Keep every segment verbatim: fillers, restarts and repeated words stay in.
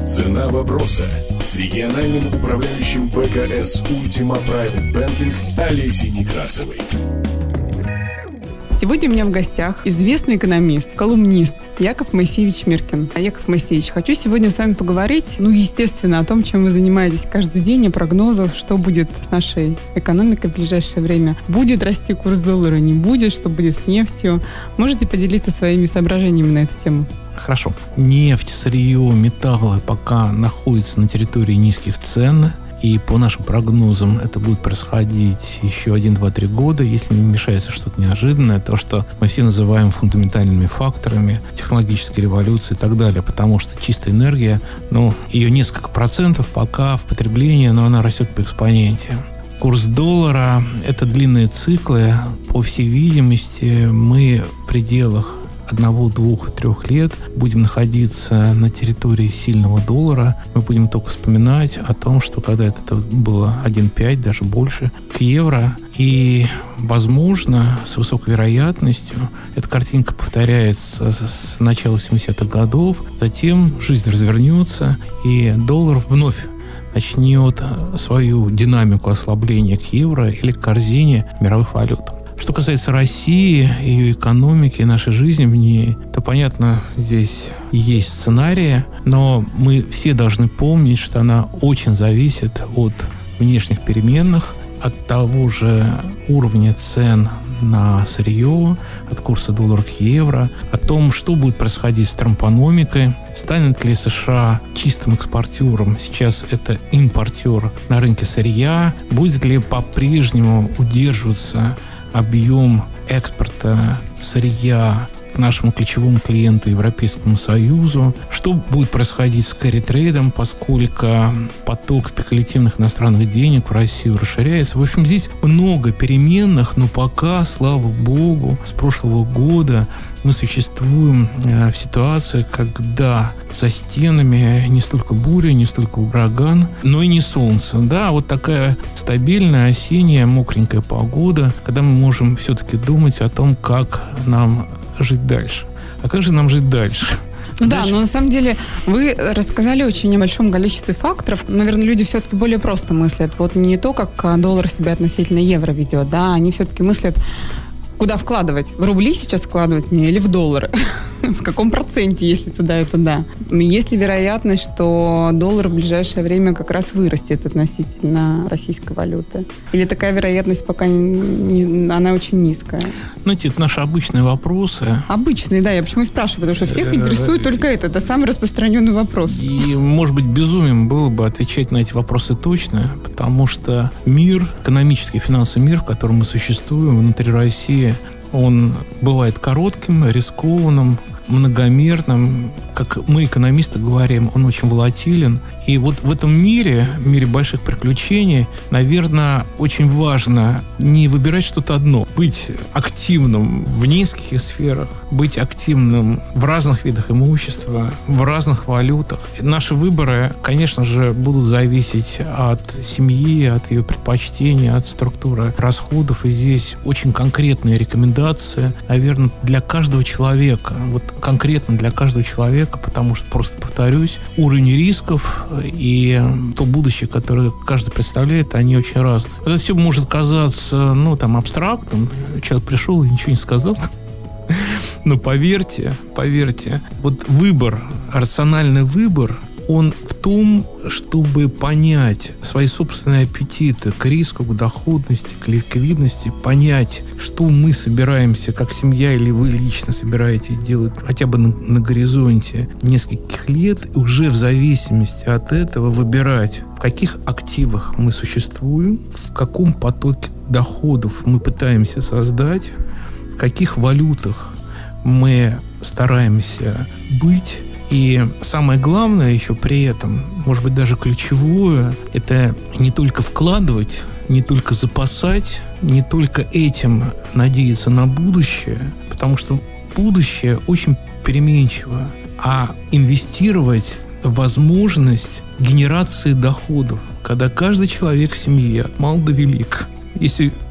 Цена вопроса с региональным управляющим ПКС Ultima Private Banking Олесей Некрасовой. Сегодня у меня в гостях известный экономист, колумнист Яков Моисеевич Миркин. А Яков Моисеевич, хочу сегодня с вами поговорить, ну, естественно, о том, чем вы занимаетесь каждый день, о прогнозах, что будет с нашей экономикой в ближайшее время. Будет расти курс доллара, не будет, что будет с нефтью. Можете поделиться своими соображениями на эту тему? Хорошо. Нефть, сырье, металлы пока находятся на территории низких цен. И по нашим прогнозам это будет происходить еще один, два, три года, если не вмешается что-то неожиданное, то, что мы все называем фундаментальными факторами, технологической революции и так далее, потому что чистая энергия, ну, ее несколько процентов пока в потреблении, но она растет по экспоненте. Курс доллара – это длинные циклы. По всей видимости, мы в пределах одного, двух, трех лет будем находиться на территории сильного доллара. Мы будем только вспоминать о том, что когда-то это было один целых пять десятых, даже больше, к евро. И, возможно, с высокой вероятностью эта картинка повторяется с начала семидесятых годов. Затем жизнь развернется, и доллар вновь начнет свою динамику ослабления к евро или к корзине мировых валют. Что касается России, ее экономики, нашей жизни в ней, то, понятно, здесь есть сценарии, но мы все должны помнить, что она очень зависит от внешних переменных, от того же уровня цен на сырье, от курса доллара к евро, о том, что будет происходить с трампономикой, станет ли США чистым экспортером, сейчас это импортер на рынке сырья, будет ли по-прежнему удерживаться объем экспорта сырья к нашему ключевому клиенту Европейскому Союзу, что будет происходить с кэрри-трейдом, поскольку поток спекулятивных иностранных денег в Россию расширяется. В общем, здесь много переменных, но пока, слава богу, с прошлого года мы существуем в ситуации, когда за стенами не столько буря, не столько ураган, но и не солнце. Да, вот такая стабильная осенняя мокренькая погода, когда мы можем все-таки думать о том, как нам жить дальше. А как же нам жить дальше? Ну да, но на самом деле вы рассказали очень о большом количестве факторов. Наверное, люди все-таки более просто мыслят. Вот не то, как доллар себя относительно евро ведет, да, они все-таки мыслят, куда вкладывать? В рубли сейчас вкладывать мне или в доллары? В каком проценте, если туда и туда? Есть ли вероятность, что доллар в ближайшее время как раз вырастет относительно российской валюты? Или такая вероятность пока не, не, она очень низкая? Знаете, это наши обычные вопросы. Обычные, да, я почему и спрашиваю, потому что всех интересует только это. Это самый распространенный вопрос. И, может быть, безумием было бы отвечать на эти вопросы точно, потому что мир, экономический, финансовый мир, в котором мы существуем внутри России, он бывает коротким, рискованным, многомерным. Как мы, экономисты, говорим, он очень волатилен. И вот в этом мире, в мире больших приключений, наверное, очень важно не выбирать что-то одно. Быть активным в нескольких сферах, быть активным в разных видах имущества, в разных валютах. И наши выборы, конечно же, будут зависеть от семьи, от ее предпочтений, от структуры расходов. И здесь очень конкретные рекомендации, наверное, для каждого человека. Вот конкретно для каждого человека, потому что, просто повторюсь, уровень рисков и то будущее, которое каждый представляет, они очень разные. Это все может казаться, ну, там, абстрактным. Человек пришел и ничего не сказал. Но поверьте, поверьте, вот выбор, рациональный выбор, он в том, чтобы понять свои собственные аппетиты к риску, к доходности, к ликвидности, понять, что мы собираемся, как семья или вы лично собираетесь делать хотя бы на, на горизонте нескольких лет, и уже в зависимости от этого выбирать, в каких активах мы существуем, в каком потоке доходов мы пытаемся создать, в каких валютах мы стараемся быть. И самое главное еще при этом, может быть, даже ключевое, это не только вкладывать, не только запасать, не только этим надеяться на будущее, потому что будущее очень переменчиво, а инвестировать в возможность генерации доходов, когда каждый человек в семье, от мала до велик, если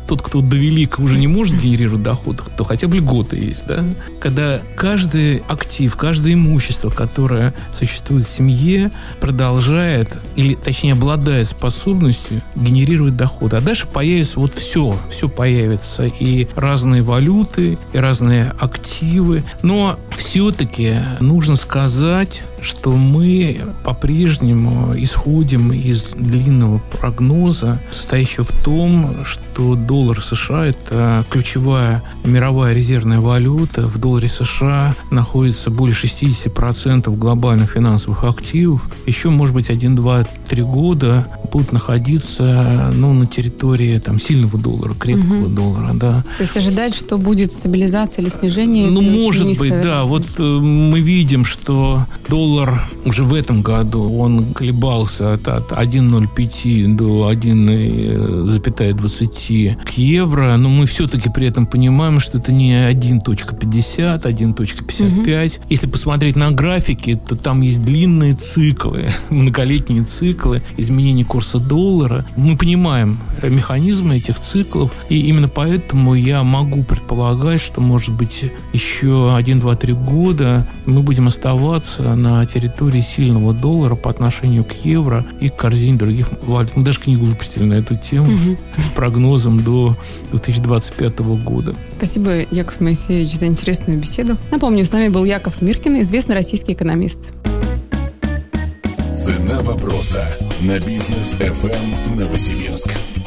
тот, кто до велика уже не может генерировать доход, то хотя бы льготы есть, да? Когда каждый актив, каждое имущество, которое существует в семье, продолжает, или точнее обладает способностью генерировать доход. А дальше появится вот все, все появится, и разные валюты, и разные активы. Но все-таки нужно сказать, что мы по-прежнему исходим из длинного прогноза, состоящего в том, что доллар США – это ключевая мировая резервная валюта. В долларе США находится более шестьдесят процентов глобальных финансовых активов. Еще, может быть, один, два, три года будут находиться ну, на территории там, сильного доллара, крепкого угу. доллара. Да. То есть ожидать, что будет стабилизация или снижение? Ну, может быть, да. Вот э, мы видим, что доллар уже в этом году он колебался от, от один целых ноль пять до один целых двадцать к евро, но мы все-таки при этом понимаем, что это не один целых пятьдесят, один целых пятьдесят пять. Угу. Если посмотреть на графики, то там есть длинные циклы, многолетние циклы изменения курса доллара. Мы понимаем механизмы этих циклов, и именно поэтому я могу предполагать, что, может быть, еще один, два, три года мы будем оставаться на территории сильного доллара по отношению к евро и к корзине других валют. Мы даже книгу выпустили на эту тему угу. с прогнозом до две тысячи двадцать пятого года. Спасибо, Яков Моисеевич, за интересную беседу. Напомню, с нами был Яков Миркин, известный российский экономист. Цена вопроса на Бизнес эф эм Новосибирск.